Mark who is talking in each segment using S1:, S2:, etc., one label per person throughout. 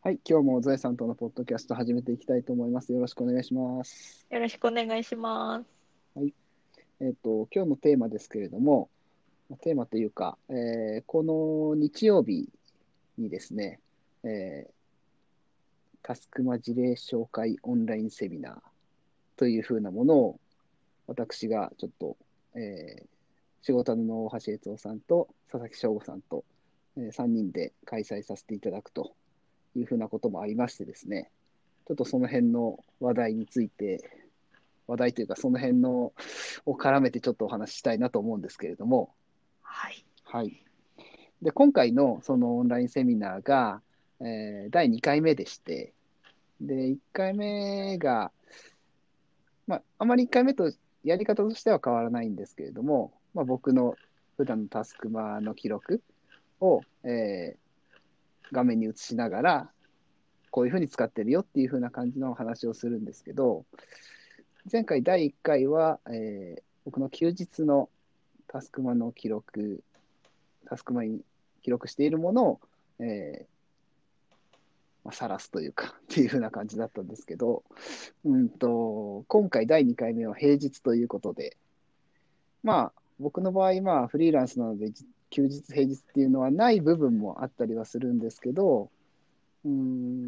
S1: はい、今日もゾエさんとのポッドキャスト始めていきたいと思います。よろしくお願いします。
S2: よろしくお願いします。
S1: はい、今日のテーマですけれども、テーマというか、この日曜日にですね、えタスクマ事例紹介オンラインセミナーというふうなものを私がちょっと、仕事の大橋悦夫さんと佐々木翔吾さんと、3人で開催させていただくというふうなこともありましてですね、ちょっとその辺の話題について話題というか、その辺のを絡めてちょっとお話ししたいなと思うんですけれども、
S2: はい。
S1: はい。で、今回のそのオンラインセミナーが、第2回目でして、で、1回目が、あまり1回目とやり方としては変わらないんですけれども、僕の普段のタスクマの記録を、画面に映しながら、こういうふうに使ってるよっていうふうな感じの話をするんですけど、前回第1回は、僕の休日のタスクマの記録、タスクマに記録しているものを、え晒すというか、っていう風な感じだったんですけど、今回第2回目は平日ということで、僕の場合、フリーランスなので、休日、平日っていうのはない部分もあったりはするんですけど、うん、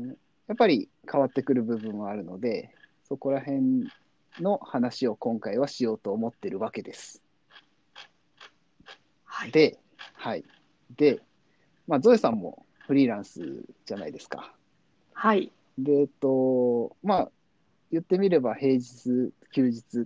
S1: やっぱり変わってくる部分はあるので、そこら辺の話を今回はしようと思ってるわけです。
S2: はい。
S1: で、はい。で、ゾエさんもフリーランスじゃないですか。
S2: はい。
S1: で、言ってみれば平日、休日って、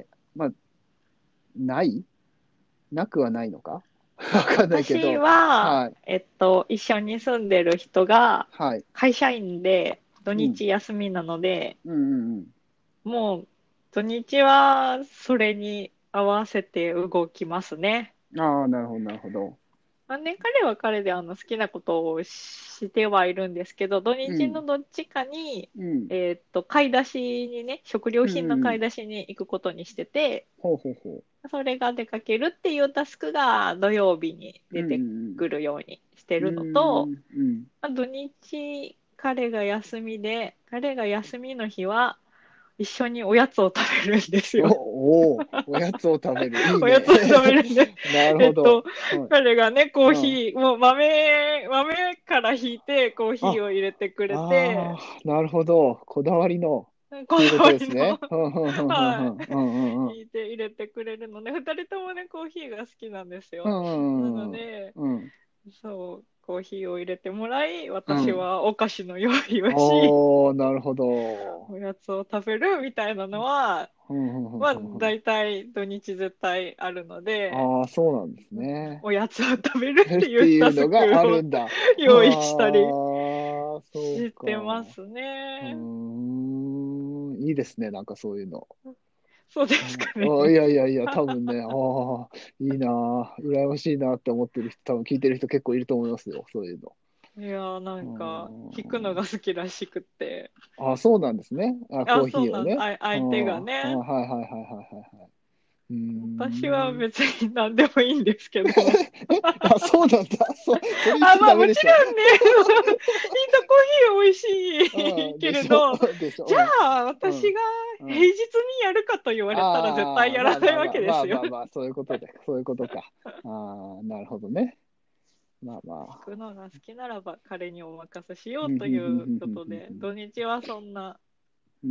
S1: ないなくはないのかわかんないけ
S2: 私
S1: ど、
S2: は、
S1: はい、
S2: 一緒に住んでる人が
S1: はい、
S2: 会社員で土
S1: うん、
S2: 日休みなので、
S1: うん、うん、
S2: もう土日はそれに合わせて動きますね。
S1: うん。ああ、なるほど、なるほど。
S2: まあね、彼は彼で好きなことをしてはいるんですけど、土日
S1: うん、
S2: のどっちかに、
S1: うん、
S2: 買い出しにね、食料
S1: う
S2: 品の買い
S1: ん、
S2: 出しに行くことにしてて、
S1: ほうほうほ
S2: それが出かけるっていうタスクが土曜日に
S1: う。う
S2: 出て
S1: ん、
S2: くるようにして
S1: うん、
S2: るのと、
S1: うん。
S2: 土日彼が休みで、彼が休みの日は一緒におやつを食べるんですよ。
S1: おやつを食べる。いい
S2: おや
S1: ね。
S2: つを食べるんで、
S1: なる
S2: えっと、
S1: ほど。はい、
S2: 彼がね、コー
S1: うん。
S2: ヒー、もう豆からひいてコーヒ
S1: あ、
S2: ーを入れてくれて、
S1: ああ、なるほど。こだわりの、っ
S2: こ
S1: ていうこと
S2: だわりの、
S1: ですね。ふんふんふんふんふ
S2: は
S1: ん。うんうんう
S2: い、
S1: ん。
S2: ひいて入れてくれるので、二人ともね、コーヒーが好きなんです
S1: う
S2: よ。なの
S1: んうん
S2: で、
S1: うん。
S2: そう、コーヒーを入れてもらい、
S1: うん。
S2: 私はお菓子の用意をし、
S1: おー、なるほど。
S2: おやつを食べるみたいなのは、
S1: ふんふんふんふんふん。
S2: 大体土日絶対あるので、
S1: ああ、そうなんですね。
S2: おやつを食べるって
S1: っていう
S2: いうタス
S1: のがあ
S2: クを
S1: るんだ。
S2: 用意したり
S1: はあ、そう
S2: してま
S1: か。
S2: すね。
S1: いいですね。なんかそういうの。
S2: そうで
S1: あ
S2: すかね。
S1: いやいやいや、多分ね、いいなあ、羨ましいなって思ってる人、多分聞いてる人結構いると思いますよ。そういうの。
S2: いやー、な
S1: う
S2: んか、聞くの
S1: ん。
S2: が好きらしくって。
S1: そうなんですね。コ
S2: あ、
S1: ーヒーをね。
S2: 相手がね。
S1: はいはいはいはいはいはい。うー
S2: 私は
S1: ん。
S2: 別に何でもいいんですけど。
S1: そうなんだ。それ言っ
S2: あ、
S1: ちゃ
S2: まあもち
S1: ダメでしょ。
S2: ろんね、インドコーヒー美味しいけ
S1: でしょ、
S2: れど、
S1: でし
S2: じ
S1: ょ、
S2: ゃあ
S1: うん、
S2: 私が
S1: うん、うん。
S2: 平日にやるかと言われたら絶対やらないわけですよ。
S1: そういうことで、そういうことか。なるほどね。まあ
S2: 聞
S1: まあ。
S2: くのが好きならば彼にお任せしよ
S1: うん、
S2: う
S1: うん、うん、
S2: という
S1: うん、
S2: ことで、土日はそんな
S1: うん。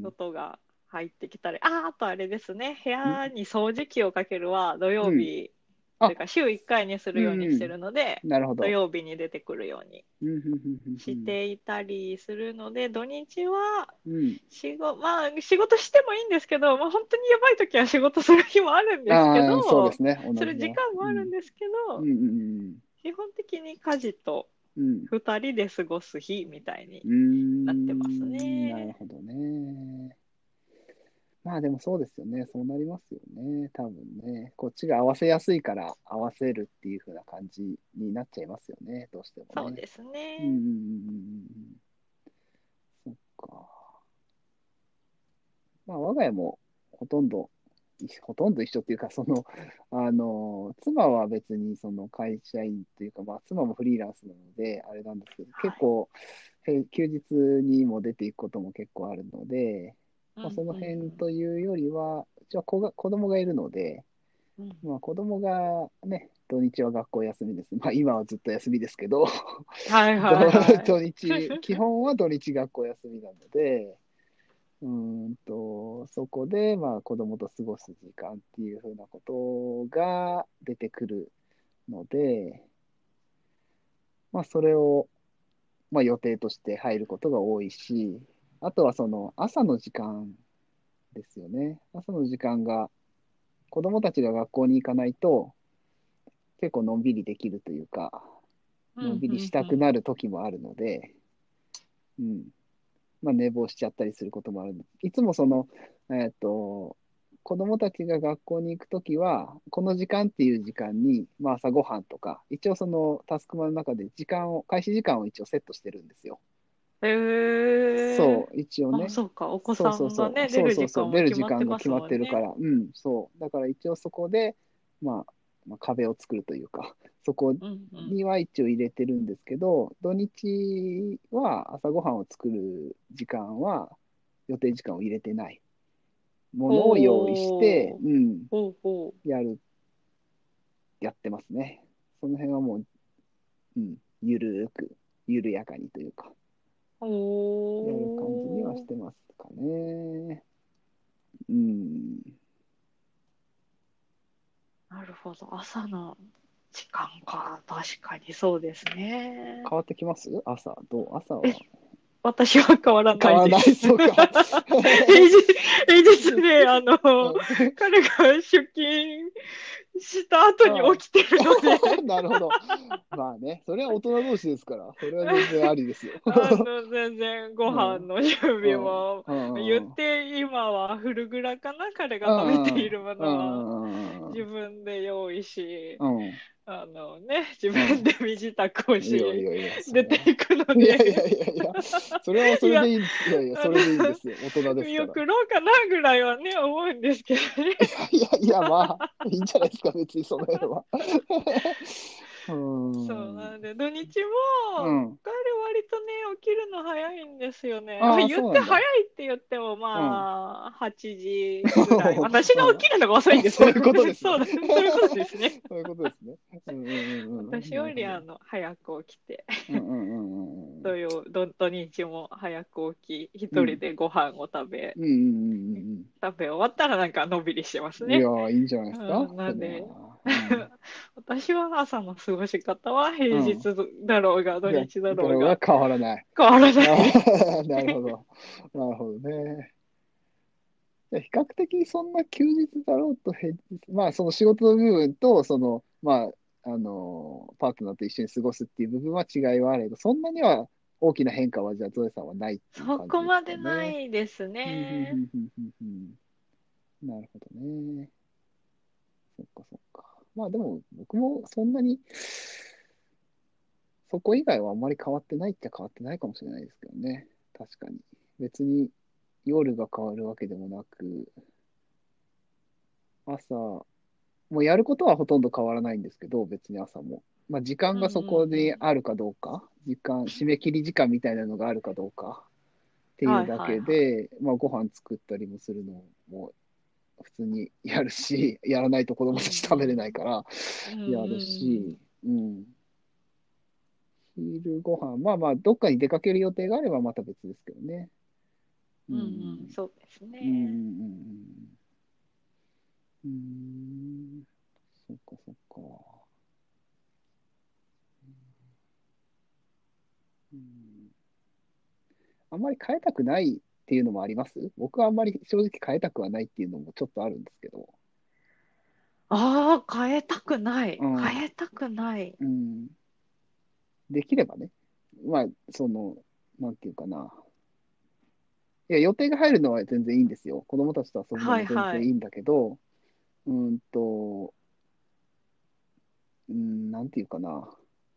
S2: ことが入ってきたり、あとあれですね、部
S1: うん、
S2: 屋に掃除機をかけるは土曜
S1: うん。
S2: 日、とい
S1: あ、
S2: うか週1回にす
S1: う
S2: るようにして
S1: ん。
S2: るので、土
S1: なるほど。
S2: 曜日に出てくるように
S1: うん、うん、うん、うん、
S2: していたりするので、土日は
S1: うん。
S2: 仕事してもいいんですけど、本当にやばい時は仕事する日もあるんですけ
S1: そうで
S2: ど、
S1: すね。同
S2: する時
S1: じだ。
S2: 間もある
S1: うん。
S2: んですけ
S1: うん、
S2: ど、
S1: うん、
S2: 基本的に家事と
S1: うん。うん。
S2: 2人で過ごす日みたいに
S1: うー
S2: なってます
S1: なる
S2: ね。
S1: ほどね。でもそうですよね。そうなりますよね。多分ね。こっちが合わせやすいから合わせるっていう風な感じになっちゃいますよね。どうしてもね。
S2: そうです
S1: うんうんうん
S2: ね。
S1: うんうん。そっか。我が家もほとんどほとんど一緒っていうか、妻は別にその会社員というか、まあ、妻もフリーランスなので、あれなんですけど、
S2: はい。
S1: 結構、休日にも出ていくことも結構あるので、まあ、そ
S2: うんうん
S1: の辺というよりは、うちは子供がいるので、
S2: うん。うん。
S1: まあ、子供がね、土日は学校休みです。まあ、今はずっと休みですけど、
S2: はいはいはい。
S1: 土日、基本は土日学校休みなので、そこで、まあ、子供と過ごす時間っていうふうなことが出てくるので、まあ、それを、まあ、予定として入ることが多いし、あとはその朝の時間ですよね。朝の時間が、子供たちが学校に行かないと、結構のんびりできるというか、
S2: うん
S1: のんびり
S2: うんうん。
S1: したくなる時もあるので、うん。まあ、寝坊しちゃったりすることもある。いつも子供たちが学校に行くときは、この時間っていう時間に、まあ、朝ごはんとか、一応そのタスクマの中で開始時間を一応セットしてるんですよ。
S2: へえ。
S1: そう、一応
S2: あ、
S1: ね。
S2: そうか。お子
S1: そう
S2: さ
S1: そうそう、
S2: んがね、出
S1: そうそうそう、
S2: る時間も
S1: 出る
S2: 決まってます
S1: 時間が決まっ
S2: もんね。
S1: てるから、うん、そう。だから一応そこで、まあ、壁を作るというか、そこ
S2: うんうん。
S1: には一応入れてるんですけど、土日は朝ごはんを作る時間は予定時間を入れてないものを用意して、
S2: おー。
S1: うん、
S2: ほうほう。
S1: やる、やってますね。その辺はもう、うん、ゆるーく、緩やかにというか、やる感じにはし
S2: おー。
S1: てますかね。うん。
S2: なるほど。朝の時間か。確かにそうですね。
S1: 変わってきます朝
S2: え、
S1: は。
S2: 私は変わら
S1: 変わらない、
S2: ないです。
S1: そうか。
S2: 平日、平日で、
S1: うん。
S2: 彼が出勤した後に
S1: あ
S2: 起きてるので、
S1: あ、なるほど。まあね、それは大人同士ですから、それは全然ありですよ。
S2: 全然ご
S1: うん、
S2: 飯の準
S1: うん、
S2: 備も、
S1: うん、うん、
S2: 言って今はフルグラかな、彼が食べて
S1: うん、
S2: いるも
S1: う
S2: のは
S1: ん、
S2: 自分で用意し、
S1: うん、
S2: 自
S1: うん。
S2: 分で身支度を
S1: いやい
S2: し、
S1: やいや、そ
S2: 出
S1: れは。
S2: ていくの
S1: いやい
S2: で、
S1: やいやいや、それはそ
S2: いや、
S1: れでいいんです。いやいや、
S2: あの、
S1: それでいいんですよ。大人ですから。
S2: 見送ろうかなぐらいはね、思うんですけどね。
S1: いやいやいや、まあ、いいんじゃないですか、別にその辺は。うー
S2: そうな
S1: ん。
S2: んで、土日も、
S1: うん。
S2: 彼割とね、起きるの早いんですよね。
S1: ああ、
S2: 言って早
S1: そうなんだ。
S2: いって言っても、
S1: うん。
S2: まあ、8時ぐらい。私が
S1: うん。
S2: 起きるのが遅いんです。
S1: そういうことですね。
S2: そうだ、そういうことですね。
S1: そういうことですね。うんうんうんうん。
S2: 私より
S1: なるほど。
S2: 早く起きて、
S1: うんうんうんうん
S2: 土日も早く起き、
S1: うん。うん。
S2: 一人でご飯を
S1: うんうん
S2: 食べ終わったらなんかのんびりしてます
S1: うんうん。いや
S2: ね。
S1: ー、いいんじゃないですか、
S2: なんで、
S1: そりゃあ。うん。
S2: 私は朝の過ごし方は平日
S1: うん。
S2: だろうが土日だろうが
S1: だろうが変わらない。
S2: 変わらないです。
S1: ああ、なるほど。なるほどね。比較的そんな休日だろうと平日、まあその仕事の部分と、まあ、パートナーと一緒に過ごすっていう部分は違いはあれど、そんなには大きな変化は、じゃあゾエさんはないっていう
S2: そ
S1: 感じです
S2: こまでな
S1: かね。
S2: いです
S1: うん、うん、う
S2: ね。
S1: ん、うん、うん。うん。なるほどね。そっか、そっか。まあでも、僕もそんなに、そこ以外はあんまり変わってないっちゃ変わってないかもしれないですけどね。確かに。別に夜が変わるわけでもなく、朝、もうやることはほとんど変わらないんですけど、別に朝も。まあ、時間
S2: うんう
S1: がそこ
S2: んうん。
S1: にあるかどうか、締め切り時間みたいなのがあるかどうかっていう
S2: はい
S1: だ
S2: はいは
S1: けで、まあ、ご飯作ったりもするのも普通にやるし、やらないと子
S2: い。う
S1: 供たち食べれない
S2: ん
S1: から、
S2: うん。うん
S1: やる
S2: うん
S1: し、うん。昼ご飯、まあまあ、どっかに出かける予定があればまた別ですけどね。う
S2: うん。うんうん。
S1: ん。
S2: そうです
S1: うん、うん、う
S2: ね。
S1: ん。うん。うん。そっか、そっか。うん。あんまり変えたくないっていうのもあります。僕はあんまり正直変えたくはないっていうのもちょっとあるんですけど。
S2: ああ、変えたくない。
S1: うん。
S2: 変えたくない。
S1: うん。できればね。まあ、なんていうかな。いや、予定が入るのは全然いいんですよ。子供たちと遊ぶの
S2: は
S1: も
S2: いはい。
S1: 全然いいんだけど、うんと、なんていうかな。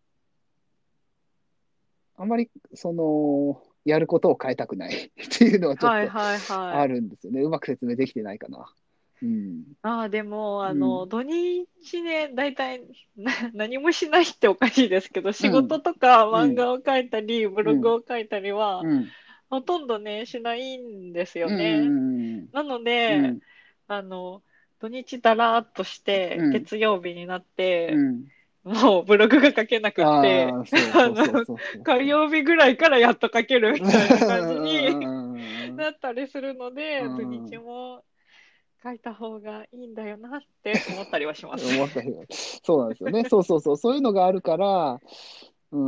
S1: あんまり、やることを変えたくないっていうのはちょっと
S2: はいはいはい。
S1: あるんですよね。うまく説明できてないかな。
S2: でも、
S1: うん、
S2: 土日ね、大体何もしないっておかしいですけど、仕
S1: うん、
S2: 事とか
S1: うん、
S2: 漫画を描いたり、ブ
S1: うん、
S2: ログを書いたりは、
S1: うん、
S2: ほとんどね、しないんですよ
S1: う
S2: ね。
S1: ん、
S2: なので、
S1: うん、
S2: あの、土日だらーっとして、
S1: うん、
S2: 月曜日になって、
S1: うん。
S2: もうブログが書けなくって、
S1: ああ、そうそうそうそうそう
S2: 火
S1: そ
S2: 曜日ぐらいからやっと書けるみ
S1: う。
S2: たいな感じに
S1: うん、
S2: なったりするの
S1: う
S2: で、土日
S1: ん、
S2: も書いた方がいいんだよなって思ったりはします。
S1: 思ったよ。そうなんですよね。そうそうそう。そういうのがあるから、うん、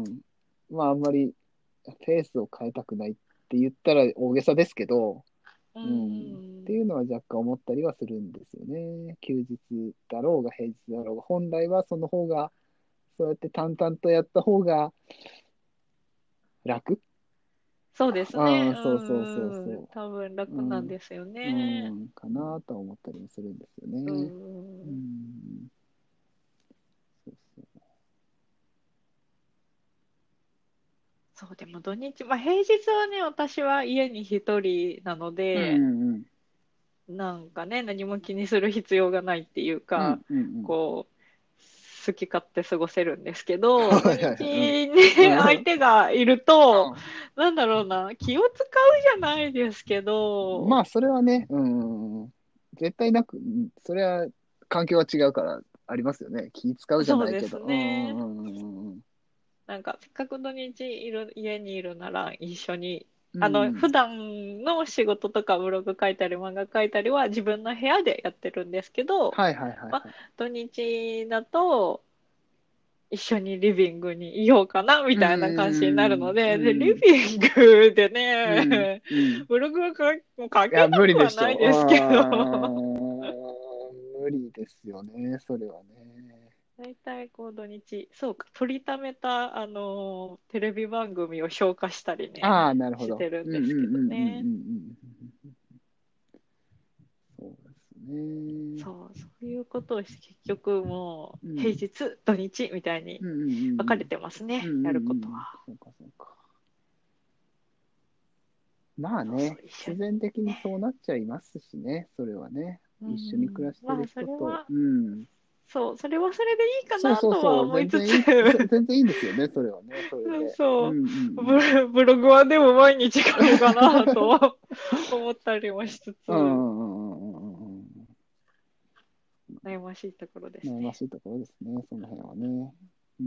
S1: まあ、あんまりペースを変えたくないって言ったら大げさですけど、
S2: う
S1: うん、って
S2: ん。
S1: いうのは若干思ったりはするんですよね。休日だろうが平日だろうが、本来はその方が、そうやって淡々とやった方が楽。
S2: そうですね。
S1: ああ、そうそうそうそ
S2: 多分
S1: う。
S2: 楽なんですよね。
S1: かなとは思ったりもするんですよ
S2: う
S1: ね。う
S2: ん。
S1: ん、そうそ
S2: そう、でも土日、まあ平日はね、私は家に一人なの
S1: う。う
S2: で、
S1: ん、うん、
S2: なんかね、何も気にする必要がないっていう
S1: うん、
S2: か、
S1: うん、うん。
S2: こう、好き勝手過ごせるんですけど、土
S1: はいはいはい。うん。
S2: 日に相
S1: うん。
S2: 手がいると、なんだろうな、気を使うじゃないですけど、
S1: まあ、それはね、絶対なく、それは環境は違うからありますよね。気使うじゃないけど。
S2: そうですね。
S1: ん。
S2: なんか、せっかく土日家にいるなら一緒に、
S1: うん。
S2: 普段の仕事とかブログ書いたり漫画書いたりは自分の部屋でやってるんですけど、
S1: はいはいはい
S2: まあ、
S1: はい。
S2: 土日だと一緒にリビングにいようかなみ
S1: う
S2: たいな感じになるので、で、リ
S1: ん。
S2: ビングで
S1: うん。
S2: ね、
S1: うん。
S2: ブログはもう書け
S1: いや、無理
S2: なくは
S1: でしょ。
S2: ないですけど、
S1: 無理ですよね、それはね。
S2: 大体こう土日、そうか、取りためた、テレビ番組を消化したりね、
S1: ああ、なるほど。
S2: してるん
S1: うんうんうん
S2: ですけど
S1: うんうん
S2: ね。
S1: うん。そうですね。
S2: そう、そういうことをして結局もう平
S1: うん。
S2: 日、土日みたいに
S1: うんうんうん
S2: 分かれてます
S1: うん。うん
S2: ね、やる
S1: うんうん。
S2: ことは。
S1: そうかそうか。まあ
S2: そうそう、
S1: ね、
S2: 一緒に
S1: 必然的に
S2: ね。
S1: そうなっちゃいますしね、それはね。
S2: う
S1: 一緒に暮ら
S2: ん、
S1: してる
S2: まあそ
S1: 人と、
S2: れは、
S1: うん。
S2: そう、それはそれでいいか
S1: そう
S2: なとは
S1: そうそう、
S2: 思いつつ、
S1: 全然いいんですよね、それはね、それで。うんう
S2: そう、
S1: ん
S2: ブログはでも毎日書
S1: うん。
S2: くかなと思ったりもしつ
S1: うんう
S2: つ、
S1: んうんうんうん。
S2: 悩ましいところですね。
S1: 悩ましいところですね、その辺はね。うん。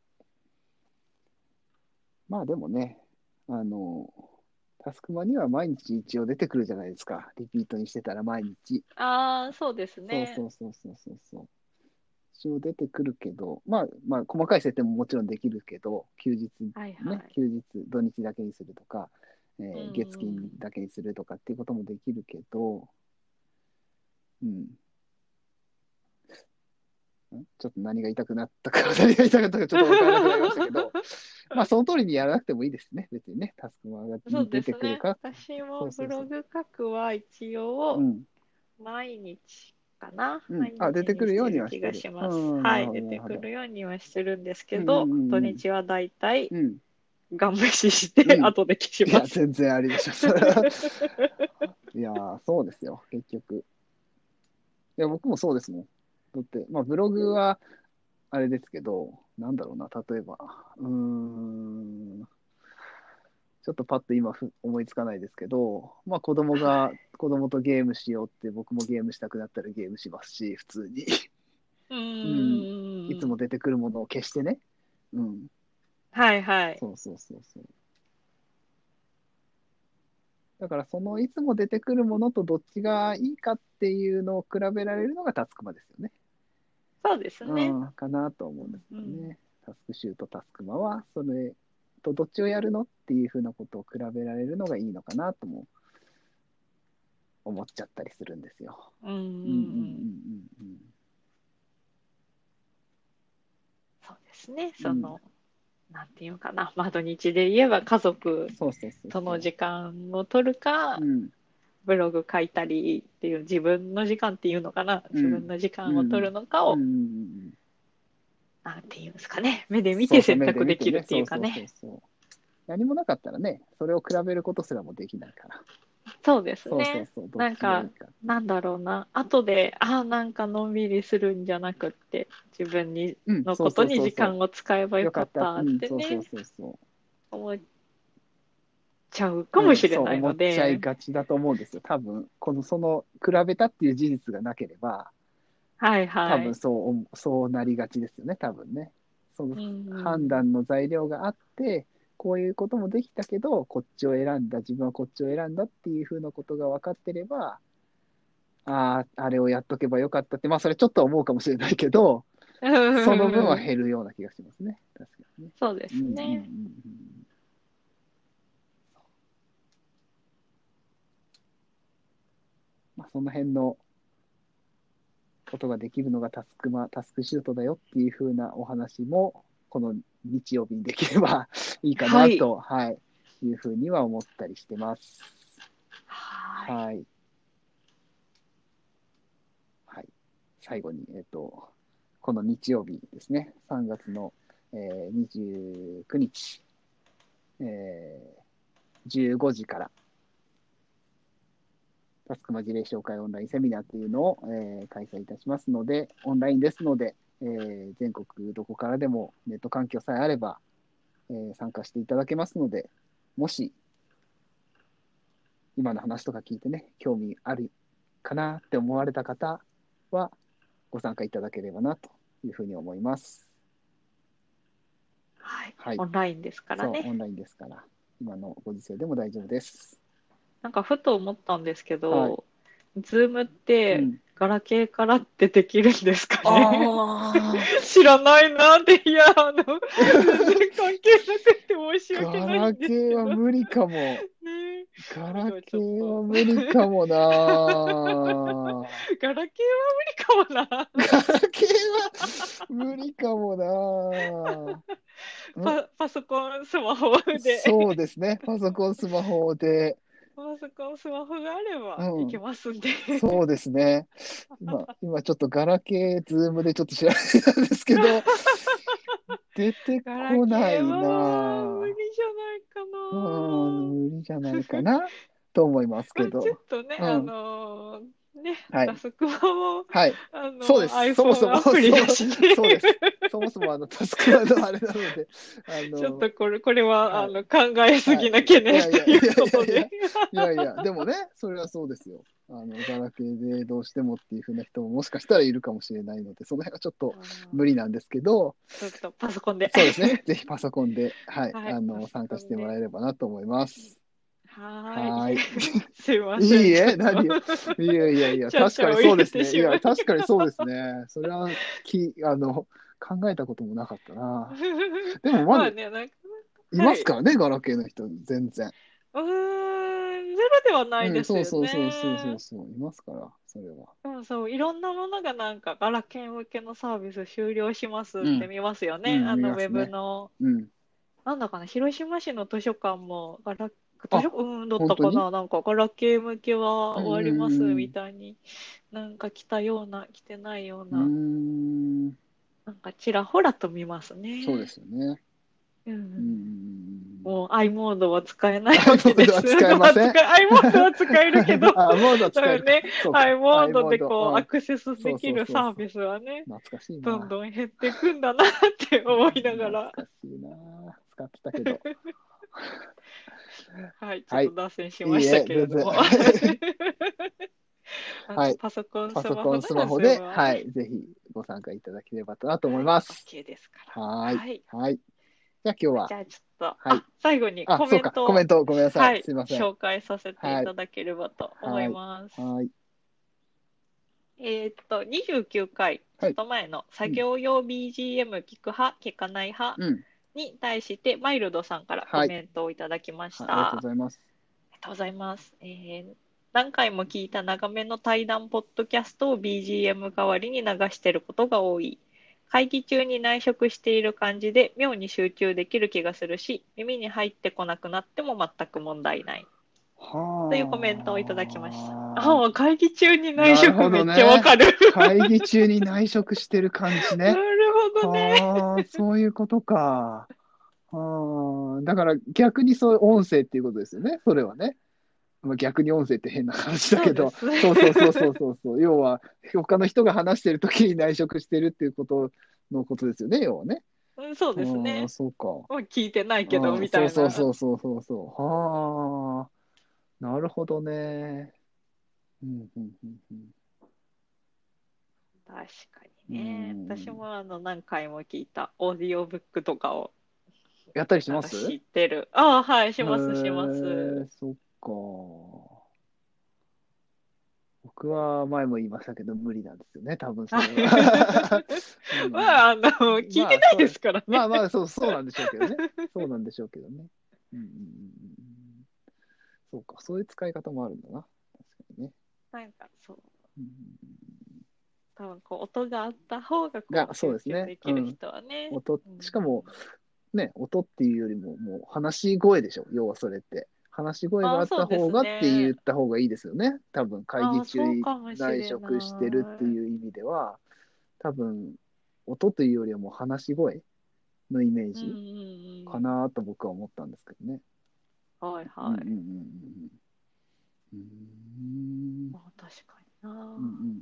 S1: まあでもね、あの、タスクマには毎日一応出てくるじゃないですか。リピートにしてたら毎日。
S2: ああ、そうです
S1: そう
S2: ね。
S1: そうそうそうそうそう。一応出てくるけど、まあ、細かい設定ももちろんできるけど、
S2: はい。
S1: 休日、土日だけにするとか、
S2: う
S1: 月金
S2: ん。
S1: だけにするとかっていうこともできるけど、うん。ちょっと何が言いたくなったか、何が言いたかったかちょっとわからなくなりましたけど、まあ、その通りにやらなくてもいいですね。別にね、タスクマが
S2: そう
S1: 出
S2: ですね。
S1: てくるか。
S2: 私
S1: そうそうそう。
S2: もブログ書くは一応
S1: うん。
S2: 毎日かな。
S1: うん。
S2: 毎
S1: あ、出
S2: 日にし
S1: てくるよう
S2: てる気が
S1: にはしてる。う
S2: します。
S1: ん、な
S2: はい。
S1: るほど、
S2: 出て
S1: なるほど。
S2: くるようにはしてるんです
S1: うん、
S2: けど、土
S1: うん、
S2: 日はだいたい
S1: うん。うん。
S2: ガン無視して
S1: うん。
S2: 後で消し
S1: いや、
S2: ます。
S1: 全然ありでしょ、それは。いやー、そうですよ、結局。いや、僕もそうですもん。だって、まあ、ブログは、あれですけど、なんだろうな、例えば、ちょっとパッと今思いつかないですけど、まあ、
S2: はい。
S1: 子供とゲームしようって、僕もゲームしたくなったらゲームしますし、普通に。
S2: う
S1: うん。いつも
S2: ーん。
S1: 出てくるものを消してね。うん。
S2: はい。
S1: そうそうそうそう。だから、そのいつも出てくるものとどっちがいいかっていうのを比べられるのがタスクマですよね。
S2: そうですね。
S1: かなと思
S2: う
S1: うんです
S2: んうん。
S1: けどね。タスクシューとタスクマは、それとどっちをやるのっていうふうなことを比べられるのがいいのかなとも思っちゃったりするんですよ。
S2: うんうんう
S1: うんうんうん
S2: ん。そうですね。
S1: うんうん。
S2: なんていうかな。まあ土日で言えば家族
S1: そうそうそうそ
S2: との時間を取る
S1: う。
S2: か、ブログ書いたりっていう自分の時間っていうのかな。自分
S1: うん。
S2: の時
S1: うん。
S2: 間を取るのか
S1: うん。う
S2: を、
S1: ん。
S2: なんていうんですかね。目で見
S1: そうそう、
S2: て選
S1: 目で見てね。
S2: 択できるってい
S1: そうそう
S2: うかね。
S1: そうそう。何もなかったらね、それを比べることすらもできないから。
S2: そうです
S1: そうそう
S2: ね。
S1: そう、どっ
S2: なんか、
S1: ちがいいか。
S2: なんだろうな。後で、なんかのんびりするんじゃなくって、自分に
S1: うん、
S2: のこと
S1: そうそう
S2: に時間
S1: そうそ
S2: を使えば
S1: う。
S2: よ
S1: よかった。
S2: かったっ
S1: うん、そうそう
S2: てね、
S1: そうそ
S2: 思っちゃうか
S1: う。うん、
S2: もしれ
S1: そう
S2: ないの
S1: 思っちゃい
S2: で、
S1: がちだと思うんですよ。多分、比べたっていう事実がなければ、
S2: はい
S1: 多
S2: はい。
S1: 分そうなりがちですよね、多分ね。その
S2: うん。
S1: 判断の材料があって、こういうこともできたけど、こっちを選んだ、自分はこっちを選んだっていうふうなことが分かってれば、あれをやっとけばよかったって、まあそれちょっとは思うかもしれないけど、その分は減るような気がしますね。確かにね。
S2: そうで
S1: うんうんうんう
S2: すね。
S1: ん。まあその辺のことができるのがタスクシュートだよっていうふうなお話も、この日曜日にできればいいか
S2: はい。
S1: なと、はい、いうふうには思ったりしてます。
S2: はい。
S1: はい。はい。最後に、この日曜日ですね、3月の、29日、15時から、タスクマ事例紹介オンラインセミナーというのを、開催いたしますので、オンラインですので、全国どこからでもネット環境さえあれば、参加していただけますので、もし今の話とか聞いてね、興味あるかなって思われた方は、ご参加いただければなというふうに思います。
S2: はい。
S1: はい。
S2: オンラインですから
S1: そう、オン
S2: ね。
S1: ラインですから、今のご時世でも大丈夫です。
S2: なんかふと思ったんですけ
S1: はい。
S2: ど、ズームって
S1: うん。
S2: ガラケーからってできるんですかね。
S1: あ
S2: 知らないなって、いや、全然関係なくて申し訳
S1: ガ
S2: ないんです
S1: ラケー
S2: けど。
S1: は無理かも。
S2: ね、
S1: ガ
S2: なんかち
S1: ラケー
S2: ょっと、
S1: は無理かもな。
S2: ガラケーは無理かもな。
S1: ガラケーは無理かもな。
S2: パソコン、スマホで、
S1: そうですね。パソコン、スマホで。
S2: パソコン、スマホがあればいけ
S1: うん。
S2: ますんで。
S1: そうですね。今ちょっとガラケー、ズームでちょっと調べたんですけど、出て
S2: ガラ
S1: こな
S2: ケー
S1: い
S2: は無理
S1: な。
S2: じゃないか
S1: う
S2: な。
S1: 無理じゃないかなと思います
S2: まあ、ちょ
S1: けど。
S2: っとね、
S1: うん。
S2: ね、
S1: はい。
S2: タスクマも、
S1: はい。そうです。そもそ
S2: iPhone
S1: も、
S2: アプリだしね。
S1: そうです。そもそもタスクマのあれなので、
S2: ちょっとこれは、
S1: はい。
S2: 考えす
S1: はい。
S2: ぎな懸
S1: いやいやい
S2: 念という
S1: やいやいや、
S2: ことで。
S1: でもね、それはそうですよ。ガラケーでどうしてもっていうふうな人ももしかしたらいるかもしれないので、その辺はちょっと無理なんですけど、
S2: ちょっとパソコンで。
S1: そうですね。ぜひパソコンで、はい、
S2: はい、パソ
S1: 参加してもら
S2: コンで。
S1: えればなと思います。
S2: はーい。
S1: はい。
S2: すいま
S1: い
S2: せん。
S1: いえ、何を。いやいやいや、
S2: ちゃ
S1: 確かに
S2: ちゃを入れ
S1: そうですね。いや、
S2: てしまい。
S1: 確かにそうですね。それは、考えたこともなかったな。でもまだ
S2: まあね、なんか、
S1: い
S2: はい。
S1: ますからね、ガラケーの人、全然。
S2: ゼロではない
S1: うん、そう
S2: ですよ
S1: そうそうそうそう
S2: ね。
S1: そう、いますから、それは。
S2: うんそう、いろんなものがなんか、ガラケー向けのサービス終了しますっ
S1: うん、
S2: て見ますよね。
S1: うん、見
S2: ウェ
S1: ますね。
S2: ブの、
S1: うん。
S2: なんだかな、広島市の図書館も、図
S1: あ、
S2: 書館、だっ
S1: 本当に
S2: たかな、なんか、ガラケー向けは
S1: うん
S2: 終わりますみ
S1: うん
S2: たいに、なんか来たような、来てないよう
S1: うんう
S2: な、
S1: ん。うーん、
S2: なんかちらほらと見ます
S1: そうで
S2: ね。
S1: すよね。
S2: う
S1: うんうんう
S2: ん。
S1: ん
S2: もう i モードは使えな
S1: うん。
S2: いわ
S1: i モードは
S2: けです。
S1: 使えません。
S2: i モードは使えるけど、
S1: あ、モードは使えるか。
S2: だからね、
S1: そうか。
S2: i モー
S1: i
S2: ド
S1: モード。
S2: でこう、ア
S1: うん。
S2: クセスで
S1: そうそう
S2: きる
S1: そうそう。
S2: サービスはね、
S1: 懐かしい
S2: どん
S1: な。
S2: どん減っていくんだなって思いなが
S1: 懐
S2: ら、
S1: かしいな。使ってたけど。
S2: はい、ちょっ
S1: はい。
S2: と脱線しました
S1: いいえ、全然。
S2: けれども。
S1: はい。
S2: パソコン、ス
S1: パソコン、
S2: マホなら
S1: スマホで、
S2: ズームはね、
S1: はい。ぜひご参加いただければなと思い
S2: はい、
S1: ます。
S2: OK ですから。
S1: はい。
S2: はい。
S1: はい。じゃあ今日は、
S2: じゃあちょっと、
S1: はい。
S2: 最後に
S1: あ、
S2: コ
S1: そうか。コ
S2: メントを、
S1: メントごめんなさい。
S2: はい、
S1: すいません。
S2: 紹介させてい
S1: はい。
S2: ただければと思い
S1: はい。
S2: ます。
S1: はい。
S2: 29回、ち
S1: はい。
S2: ょっと前の
S1: うん。
S2: 作業用 BGM 聞く派、聞かない派
S1: うん。
S2: に対して、マイルドさんからコ
S1: はい。
S2: メントをいただきまし
S1: はい。ありがとう
S2: た。あ
S1: ございます。
S2: りがとうございます。何回も聞いた長めの対談ポッドキャストを BGM 代わりに流していることが多い。会議中に内職している感じで妙に集中できる気がするし、耳に入ってこなくなっても全く問題ない。というコメントをいただきました。
S1: はあ。
S2: 会議中に内
S1: なるほ
S2: 職めっちゃわ
S1: どね。
S2: かる。
S1: 会議中に内職してる感じ
S2: な
S1: ね。
S2: るほどね。
S1: はあ、そういうことか。はあ、だから逆にそういう音声っていうことですよね。それはね。 まあ、逆に音声って変な話だけど、
S2: そうです。
S1: そうそうそうそうそうそう、要は、他の人が話してるときに内職してるっていうことのことですよね、要はね。
S2: うん、そうです
S1: ああ、
S2: ね。
S1: そうか。
S2: もう聞いてないけど、
S1: ああ、
S2: みた
S1: そうそう
S2: いな。
S1: そうそうそうそう。はあ、なるほどね。うんうんうんうん
S2: 確か
S1: う
S2: にね。私
S1: ん。
S2: も何回も聞いたオーディオブックとかを
S1: やったりし
S2: なんか知
S1: ます？
S2: ってる。ああ、はい、し
S1: へ
S2: ます、します。
S1: え、そっか。僕は前も言いましたけど、無理なんですよね、多分それは。う
S2: まあ、
S1: ん、
S2: 聞いて
S1: まあ、
S2: ないですからね。
S1: そうなんでしょうけどね。そうなんでしょうけどね。うんうんうんうんそうか、そういう使い方もあるんだな。確かにね。
S2: なんかそう、
S1: うんうん
S2: 多分こう音があった方がこう
S1: そう
S2: 集
S1: ですね。
S2: 中できる
S1: うん。
S2: 人はね。うん、
S1: しかも、ね、音っていうよりも、もう話し声でしょ、要はそれって。話し声が
S2: ああ、
S1: あっ
S2: そうです
S1: た方がって言
S2: ね。
S1: った方がいいですよね。多分、会
S2: ああ、
S1: 議中に
S2: そうかもし
S1: 内
S2: れ
S1: 職してるって
S2: ない。
S1: いう意味では、多分、音というよりはもう話し声のイメー
S2: うんうん
S1: ジか
S2: うん。
S1: なと僕は思ったんですけどね。
S2: はい
S1: うんうん
S2: はい。
S1: うんうんうん。うーん。
S2: ああ、確かにな。
S1: うんうんうん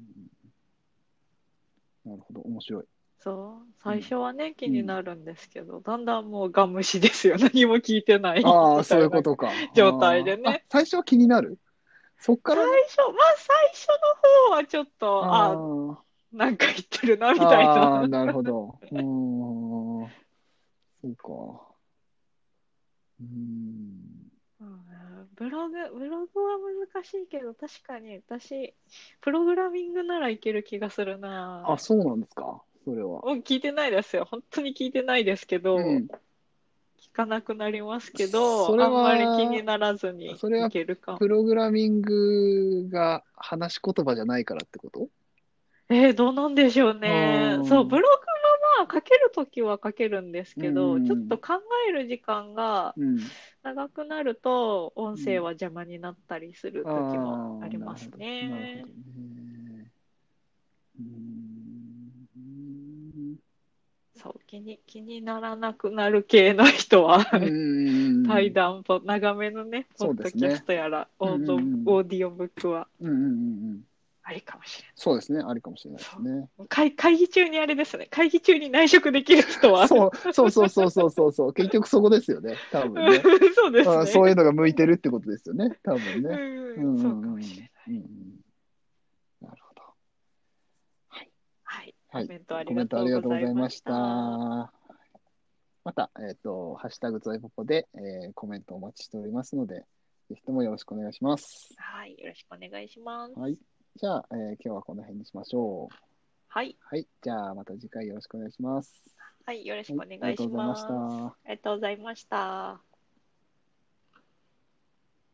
S1: うん。なるほど、面白い。
S2: そう、
S1: うん。
S2: 最初はね、気
S1: うん。
S2: になるんですけど、だんだんもうガン無視ですよ。何も聞いてない
S1: ああ、そういう
S2: みたいな
S1: ことか。
S2: 状態で
S1: ああ、
S2: ね。
S1: 最初は気になる。そっか
S2: 最
S1: ら、
S2: 最初の方はちょっと、あ、
S1: あ
S2: なんか言ってるな、
S1: あ、
S2: みたいな。
S1: ああ、なるほど。そうか。うーん。
S2: うん、ブログは難しいけど、確かに私、プログラミングならいける気がするな。
S1: あ、そうなんですか。それは。
S2: もう聞いてないですよ。本当に聞いてないですけど、
S1: うん。
S2: 聞かなくなりますけ
S1: それ
S2: ど、あんまり気に
S1: は、
S2: ならずにい
S1: それは、
S2: けるかも。
S1: プログラミングが話し言葉じゃないからってこと？
S2: どうなんでしょう
S1: うー
S2: ね。そう、ブ
S1: ん。
S2: ログもまあ書けるときは書けるんです
S1: う
S2: けど、ちょっ
S1: ん。
S2: と考える時間が
S1: うん。
S2: 長くなると、音
S1: うん。
S2: 声は邪魔になったりする
S1: あ
S2: ときもあ
S1: あ、
S2: ります
S1: なるほど。なるほど
S2: ね。
S1: ね。うーん。
S2: そう、気にならなくなる系の人は
S1: うーん。
S2: 対談長めのね、ポッ
S1: そうで
S2: ドキャス
S1: すね。
S2: トやら、
S1: うんうんうん。
S2: オーディオブックは
S1: うんうんうんうん。
S2: ありかもしれない。
S1: そうですね。ありかもしれないで
S2: そ
S1: すね。
S2: う。会議中にあれですね。会議中に内職できる人は
S1: そう。結局そこですよね。多分ね。
S2: そうですね。
S1: そういうのが向いてるってことですよね。多分ね。う
S2: そうか
S1: んうん
S2: もしれない。
S1: うん。うんうん。なるほど。はい。
S2: はい。
S1: はい。
S2: コメントあり
S1: コメントありがとうご
S2: がとうござい
S1: ざいまし
S2: ました。は
S1: た。また、ハッシュタグゾイポポで、コメントお待ちしておりますので、ぜひともよろしくお願いします。
S2: い。よろしくお願いしま
S1: はい。
S2: す。
S1: じゃあ、今日はこの辺にしましょう。
S2: はい。
S1: はい。じゃあ、また次回よろしくお願いします。
S2: はい。よろし
S1: はい。
S2: くお願いし
S1: ありがとうございまし
S2: ます。
S1: た。
S2: ありがとうございました。